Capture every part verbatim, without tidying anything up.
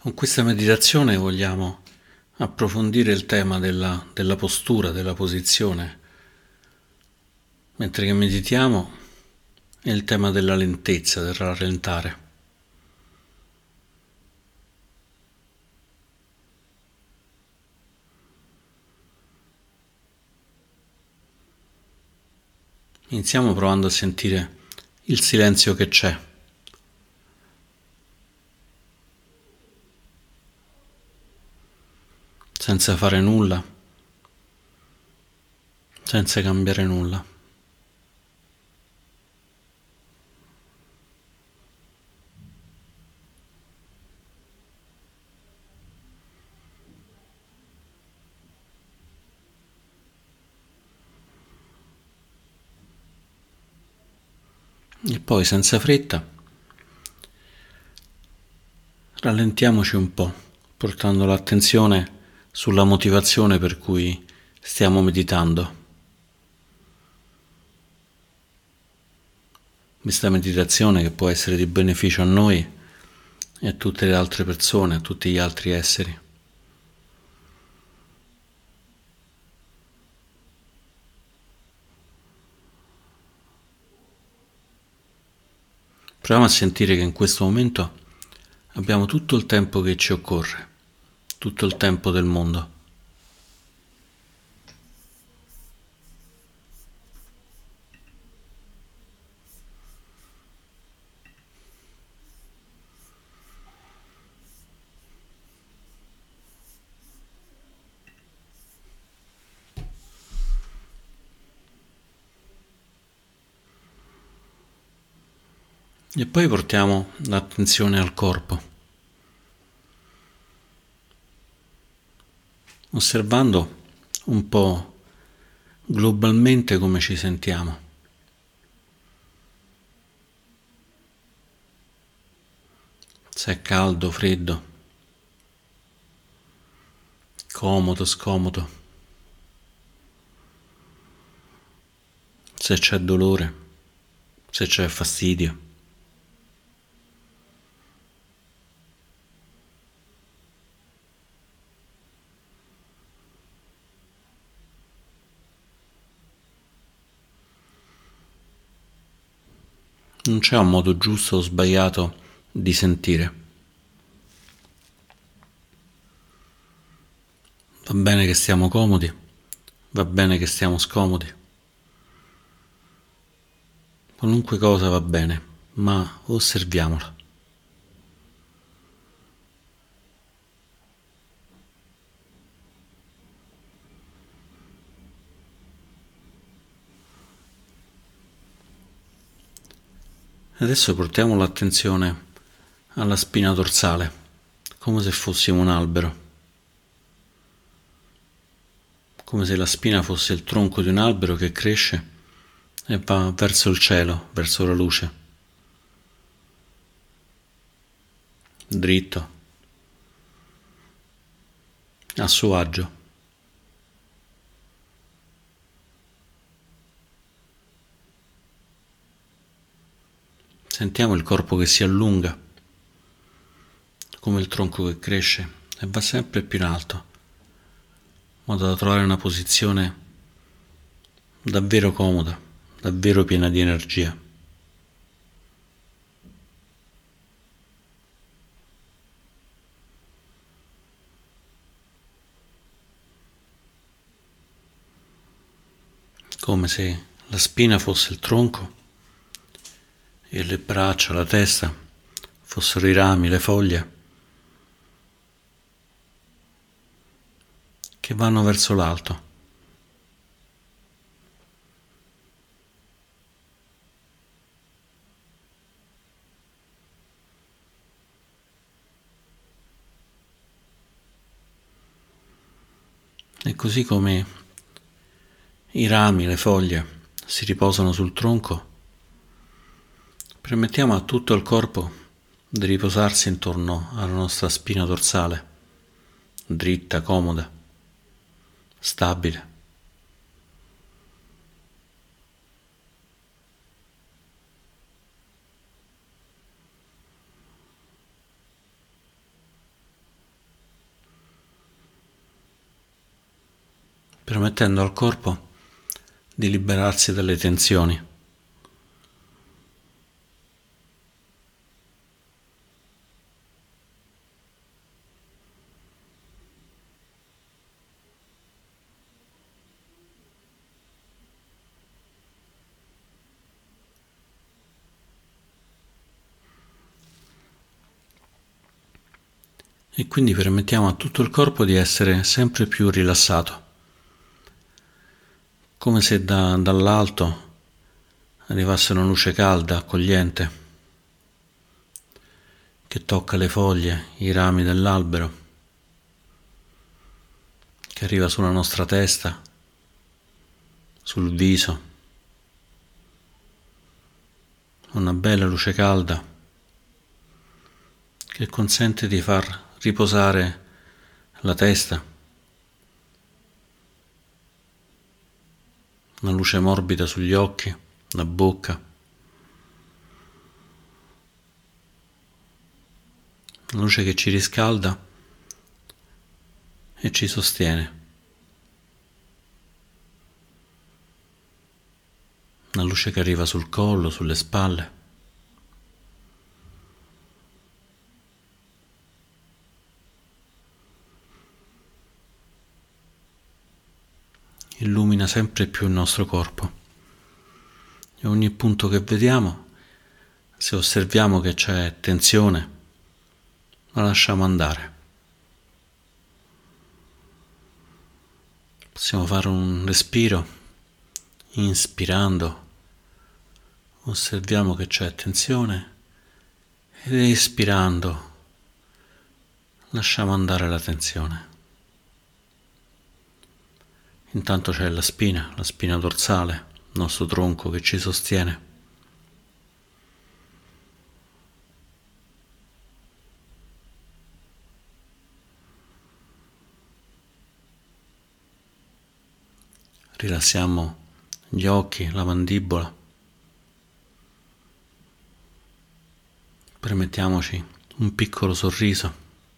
Con questa meditazione vogliamo approfondire il tema della, della postura, della posizione. Mentre che meditiamo è il tema della lentezza, del rallentare. Iniziamo provando a sentire il silenzio che c'è. Senza fare nulla, senza cambiare nulla. E poi senza fretta rallentiamoci un po', portando l'attenzione sulla motivazione per cui stiamo meditando. Questa meditazione che può essere di beneficio a noi e a tutte le altre persone, a tutti gli altri esseri. Proviamo a sentire che in questo momento abbiamo tutto il tempo che ci occorre, tutto il tempo del mondo. E poi portiamo l'attenzione al corpo, osservando un po' globalmente come ci sentiamo. Se è caldo, freddo, comodo, scomodo, se c'è dolore, se c'è fastidio. Non c'è un modo giusto o sbagliato di sentire. Va bene che stiamo comodi, va bene che stiamo scomodi. Qualunque cosa va bene, ma osserviamola. Adesso portiamo l'attenzione alla spina dorsale, come se fossimo un albero, come se la spina fosse il tronco di un albero che cresce e va verso il cielo, verso la luce, dritto, a suo agio. Sentiamo il corpo che si allunga, come il tronco che cresce e va sempre più in alto, in modo da trovare una posizione davvero comoda, davvero piena di energia. Come se la spina fosse il tronco e le braccia, la testa fossero i rami, le foglie che vanno verso l'alto. E così come i rami, le foglie si riposano sul tronco, permettiamo a tutto il corpo di riposarsi intorno alla nostra spina dorsale, dritta, comoda, stabile. permettendo al corpo di liberarsi dalle tensioni. E quindi permettiamo a tutto il corpo di essere sempre più rilassato, come se da, dall'alto arrivasse una luce calda, accogliente, che tocca le foglie, i rami dell'albero, che arriva sulla nostra testa, sul viso, una bella luce calda che consente di far riposare la testa, una luce morbida sugli occhi, la bocca, una luce che ci riscalda e ci sostiene, una luce che arriva sul collo, sulle spalle. Illumina sempre più il nostro corpo e ogni punto che vediamo, se osserviamo che c'è tensione, la lasciamo andare. Possiamo fare un respiro, inspirando, osserviamo che c'è tensione ed espirando, lasciamo andare la tensione. Intanto c'è la spina, la spina dorsale, il nostro tronco che ci sostiene. Rilassiamo gli occhi, la mandibola. Permettiamoci un piccolo sorriso.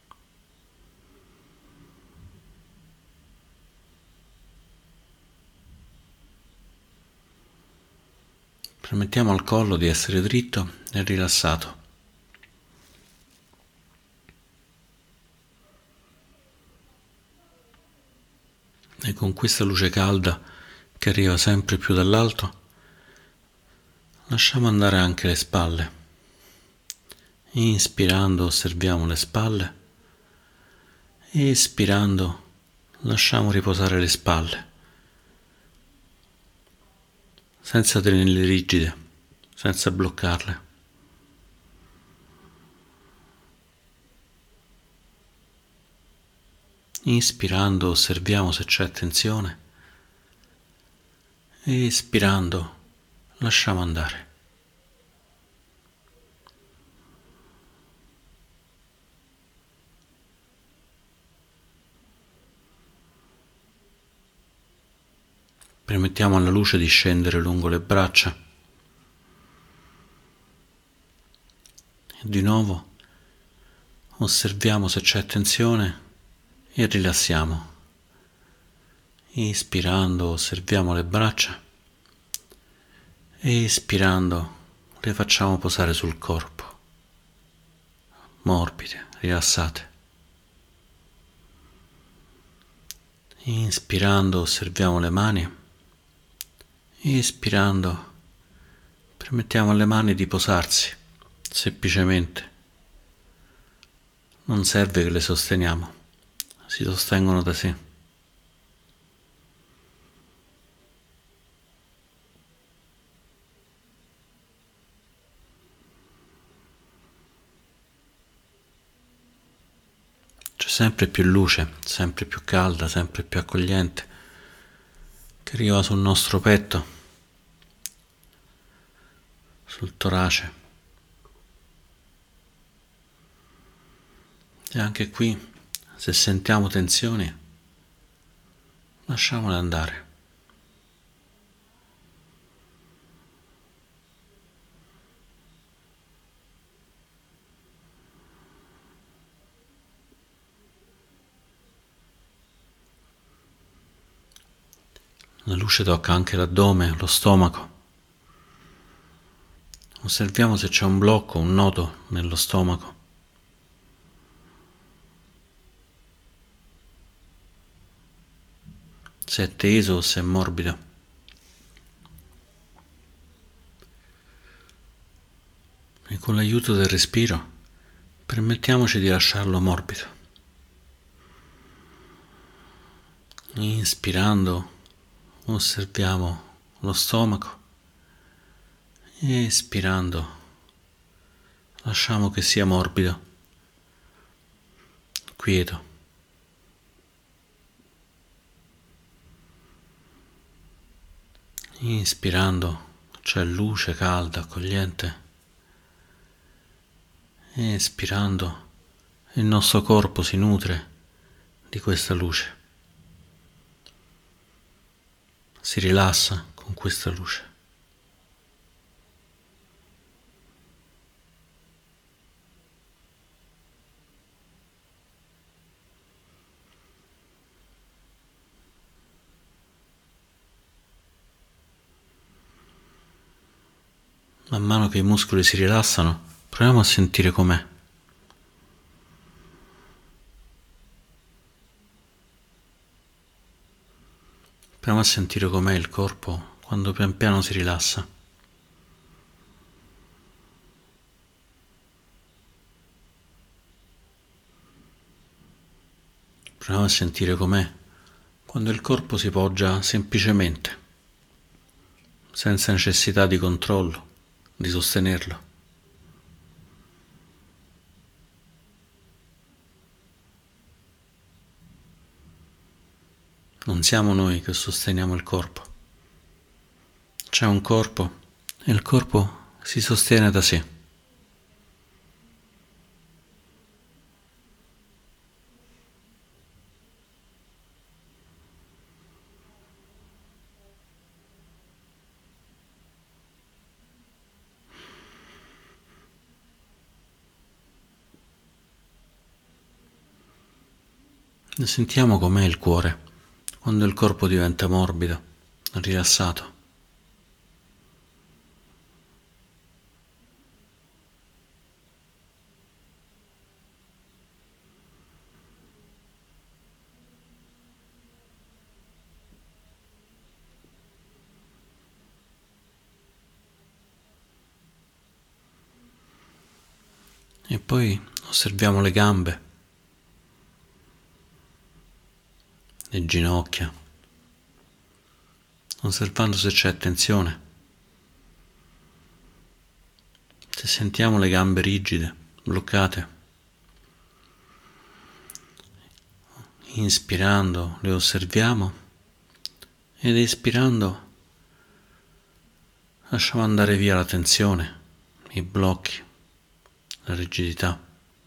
Permettiamo al collo di essere dritto e rilassato. E con questa luce calda che arriva sempre più dall'alto, lasciamo andare anche le spalle. Inspirando osserviamo le spalle. Espirando lasciamo riposare le spalle, senza tenerle rigide, senza bloccarle. Inspirando osserviamo se c'è tensione. Espirando lasciamo andare. Permettiamo alla luce di scendere lungo le braccia. E di nuovo osserviamo se c'è tensione e rilassiamo. Ispirando osserviamo le braccia e espirando le facciamo posare sul corpo, morbide, rilassate. Inspirando osserviamo le mani, espirando permettiamo alle mani di posarsi semplicemente. Non serve che le sosteniamo, si sostengono da sé. C'è sempre più luce, sempre più calda, sempre più accogliente, che arriva sul nostro petto, sul torace. E anche qui, se sentiamo tensioni, lasciamole andare. La luce tocca anche l'addome, lo stomaco. Osserviamo se c'è un blocco, un nodo nello stomaco. Se è teso o se è morbido. E con l'aiuto del respiro permettiamoci di lasciarlo morbido. Inspirando osserviamo lo stomaco. Espirando lasciamo che sia morbido, quieto. Inspirando c'è luce calda, accogliente. Espirando il nostro corpo si nutre di questa luce. Si rilassa con questa luce. Man mano che i muscoli si rilassano, proviamo a sentire com'è. Proviamo a sentire com'è il corpo quando pian piano si rilassa. Proviamo a sentire com'è quando il corpo si poggia semplicemente, senza necessità di controllo, di sostenerlo. Non siamo noi che sosteniamo il corpo. C'è un corpo e il corpo si sostiene da sé. E sentiamo com'è il cuore quando il corpo diventa morbido, rilassato. E poi osserviamo le gambe, le ginocchia, osservando se c'è tensione. Se sentiamo le gambe rigide, bloccate, inspirando le osserviamo ed espirando lasciamo andare via la tensione, i blocchi, la rigidità,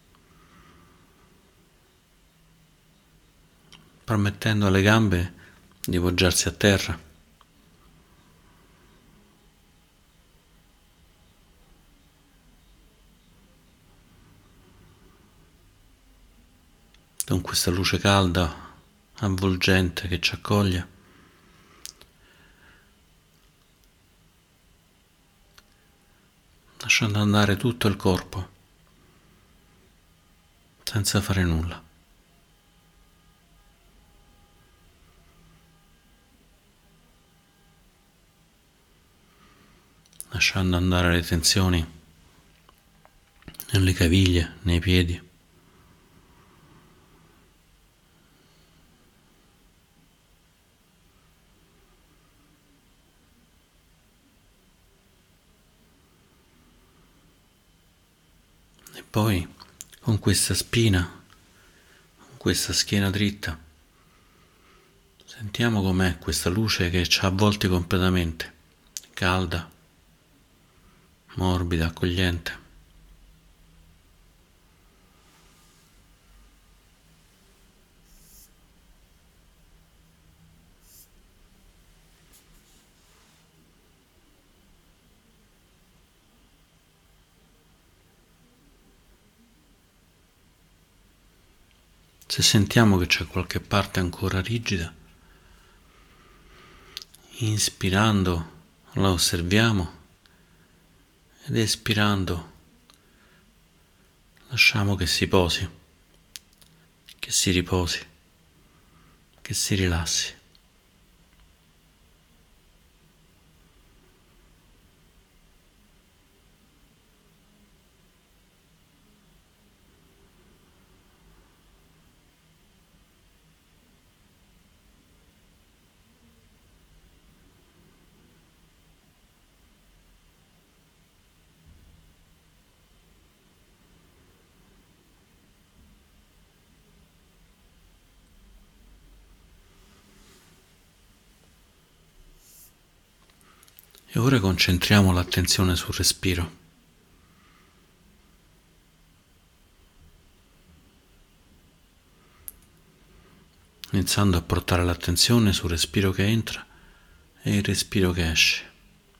permettendo alle gambe di poggiarsi a terra. Con questa luce calda, avvolgente che ci accoglie, lasciando andare tutto il corpo senza fare nulla. Lasciando andare le tensioni nelle caviglie, nei piedi. E poi, con questa spina, con questa schiena dritta, sentiamo com'è questa luce che ci avvolge completamente, calda, morbida, accogliente. Se sentiamo che c'è qualche parte ancora rigida, Inspirando la osserviamo ed espirando lasciamo che si posi, che si riposi, che si rilassi. E ora concentriamo l'attenzione sul respiro. Iniziando a portare l'attenzione sul respiro che entra e il respiro che esce.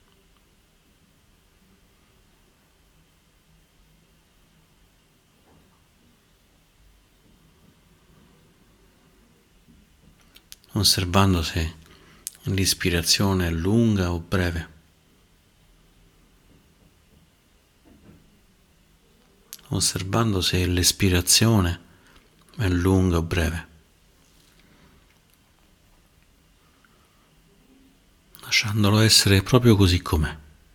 Osservando se l'ispirazione è lunga o breve. Osservando se l'espirazione è lunga o breve. Lasciandolo essere proprio così com'è.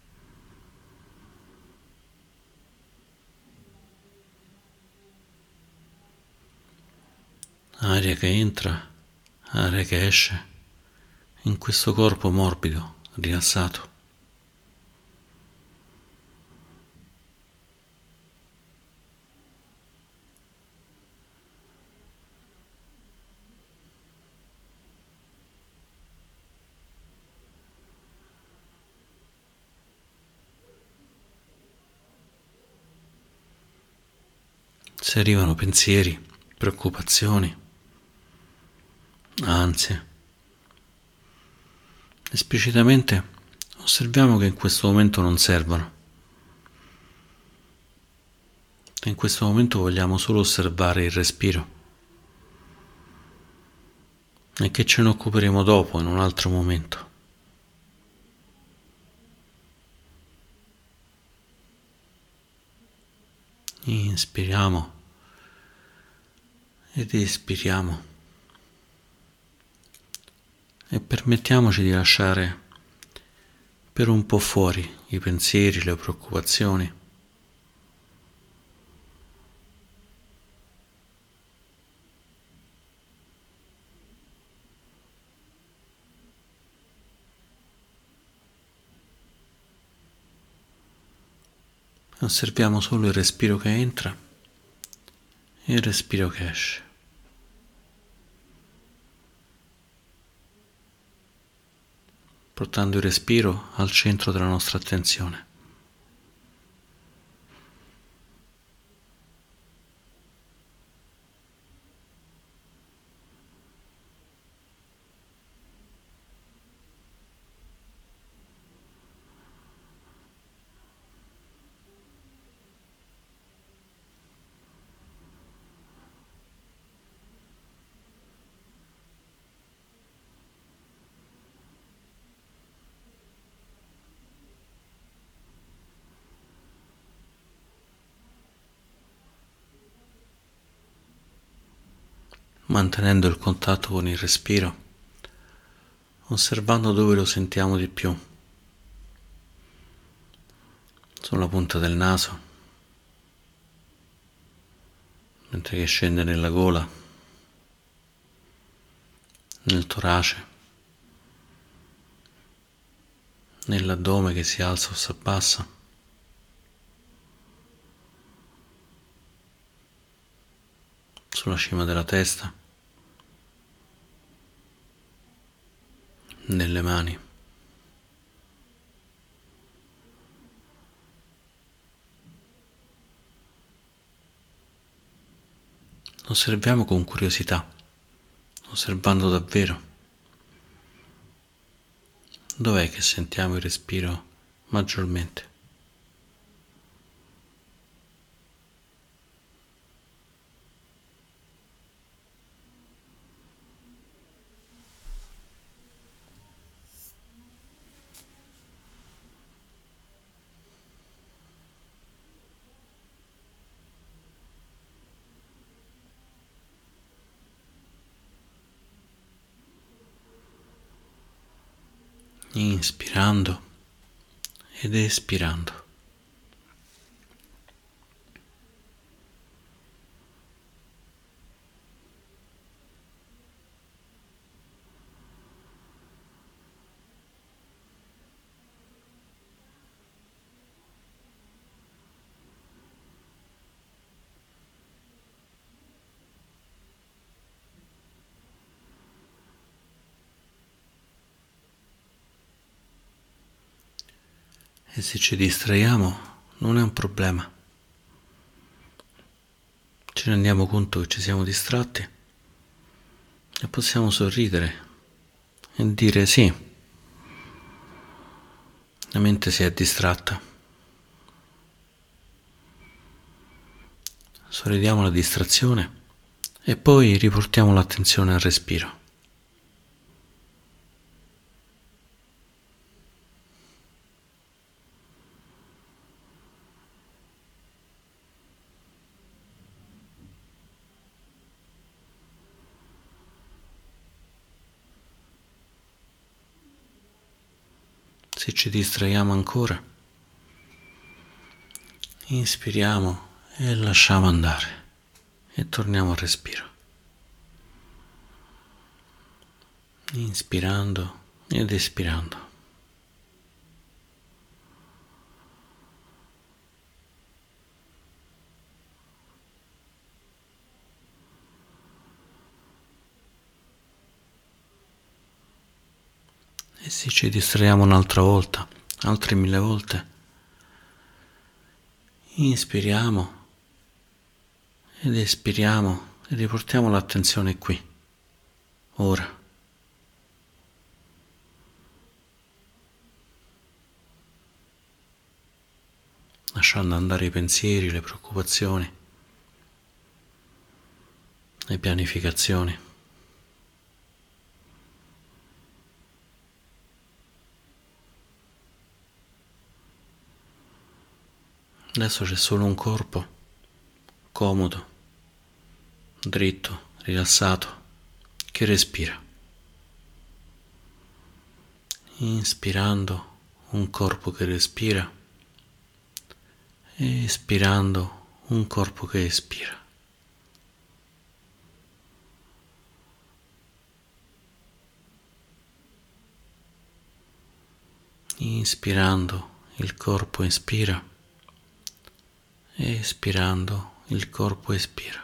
Aria che entra, aria che esce, in questo corpo morbido, rilassato. Se arrivano pensieri, preoccupazioni, ansie, esplicitamente osserviamo che in questo momento non servono. In questo momento vogliamo solo osservare il respiro e che ce ne occuperemo dopo, in un altro momento. Inspiriamo ed espiriamo e permettiamoci di lasciare per un po' fuori i pensieri, le preoccupazioni. Osserviamo solo il respiro che entra e il respiro che esce. Portando il respiro al centro della nostra attenzione. Mantenendo il contatto con il respiro, osservando dove lo sentiamo di più, sulla punta del naso, mentre che scende nella gola, nel torace, nell'addome che si alza o si abbassa, sulla cima della testa, nelle mani. Osserviamo con curiosità, osservando davvero. Dov'è che sentiamo il respiro maggiormente? inspirando ed espirando. E se ci distraiamo non è un problema. Ci rendiamo conto che ci siamo distratti e possiamo sorridere e dire sì, la mente si è distratta. Sorridiamo alla distrazione e poi riportiamo l'attenzione al respiro. Se ci distraiamo ancora, inspiriamo e lasciamo andare e torniamo al respiro. Inspirando ed espirando. E se ci distraiamo un'altra volta, altre mille volte, inspiriamo ed espiriamo e riportiamo l'attenzione qui, ora. Lasciando andare i pensieri, le preoccupazioni, le pianificazioni. Adesso c'è solo un corpo comodo, dritto, rilassato, che respira. Inspirando un corpo che respira e espirando un corpo che espira. Inspirando il corpo inspira e espirando il corpo espira.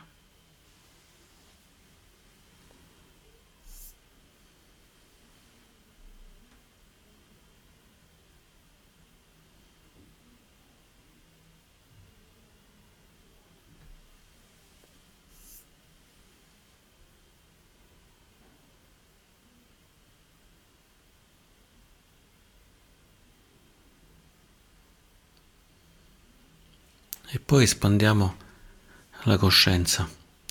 E poi espandiamo la coscienza,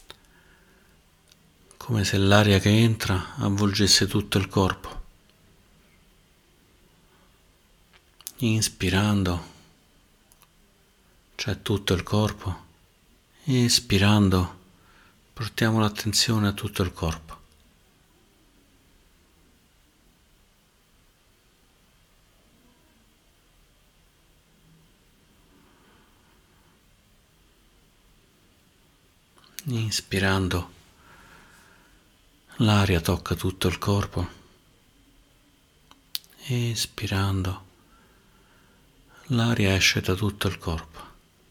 come se l'aria che entra avvolgesse tutto il corpo. Inspirando c'è tutto il corpo, e espirando portiamo l'attenzione a tutto il corpo. Inspirando l'aria tocca tutto il corpo, espirando l'aria esce da tutto il corpo.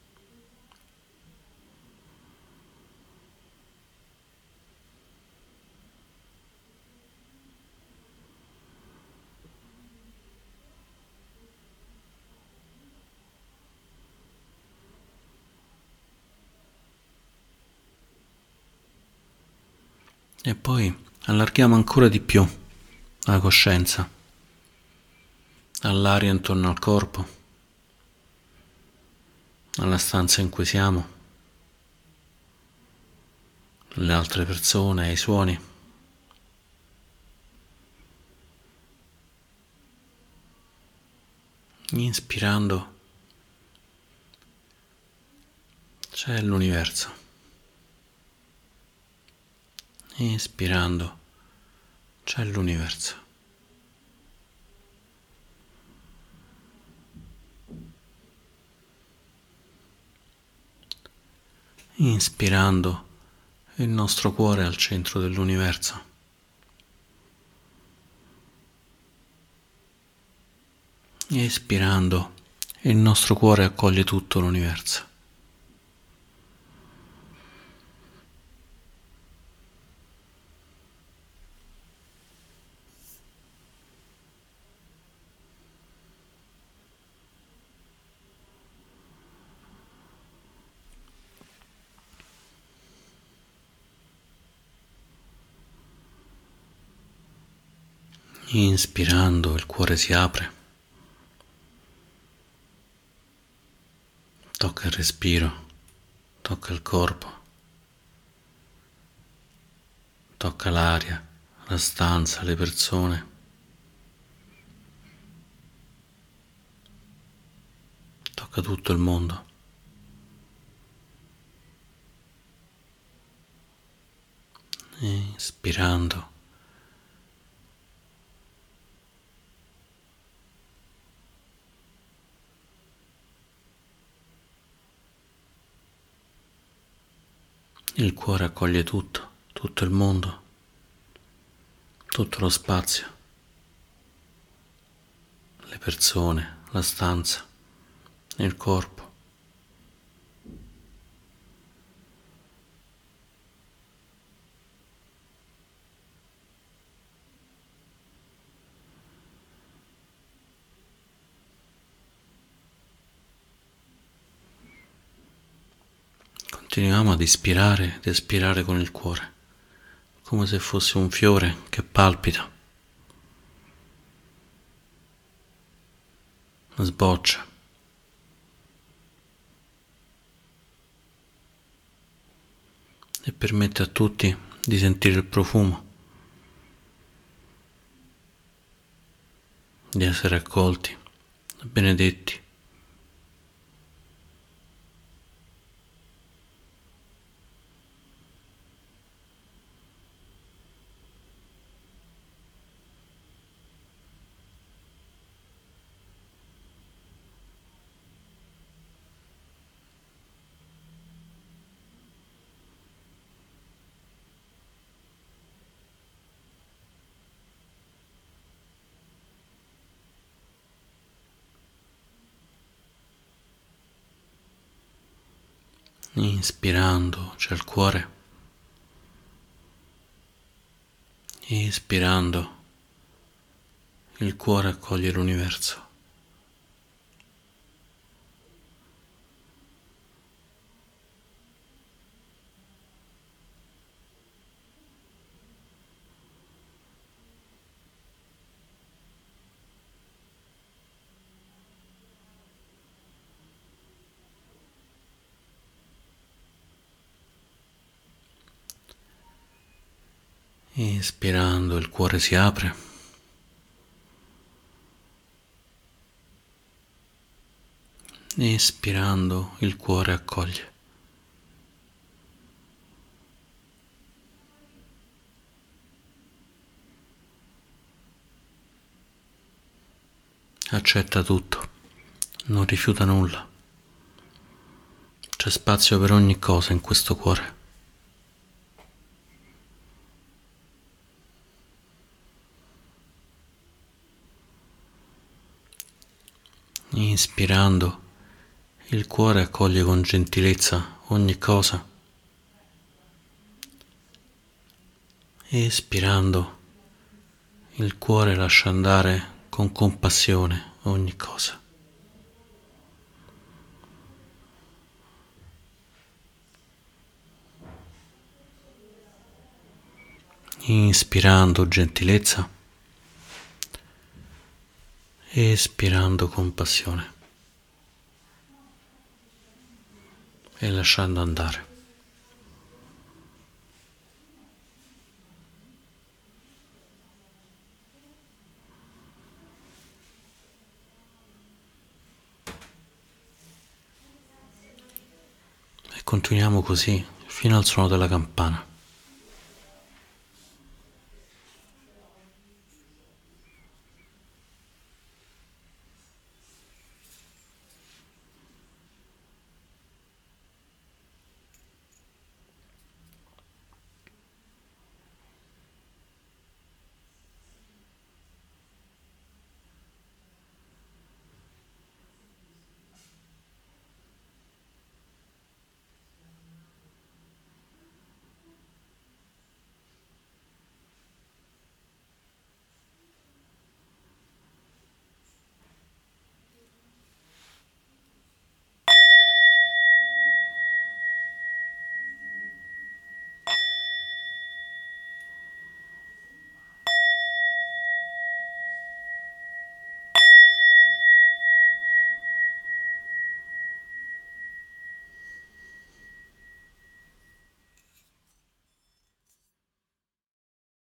E poi allarghiamo ancora di più la coscienza all'aria intorno al corpo, alla stanza in cui siamo, alle altre persone, ai suoni. Inspirando c'è l'universo. Espirando c'è l'universo. inspirando il nostro cuore al centro dell'universo. Espirando, il nostro cuore accoglie tutto l'universo. Inspirando, il cuore si apre, tocca il respiro, tocca il corpo, tocca l'aria, la stanza, le persone. Tocca tutto il mondo. Inspirando. Il cuore accoglie tutto, tutto il mondo, tutto lo spazio, le persone, la stanza, il corpo. Continuiamo ad ispirare ed espirare con il cuore, come se fosse un fiore che palpita, sboccia. E permette a tutti di sentire il profumo, di essere accolti, benedetti. Inspirando c'è il cuore, espirando il cuore accoglie l'universo. Inspirando il cuore si apre, espirando il cuore accoglie. Accetta tutto, non rifiuta nulla. C'è spazio per ogni cosa in questo cuore. Inspirando, il cuore accoglie con gentilezza ogni cosa. Espirando, il cuore lascia andare con compassione ogni cosa. Inspirando gentilezza, espirando compassione e lasciando andare. E continuiamo così fino al suono della campana.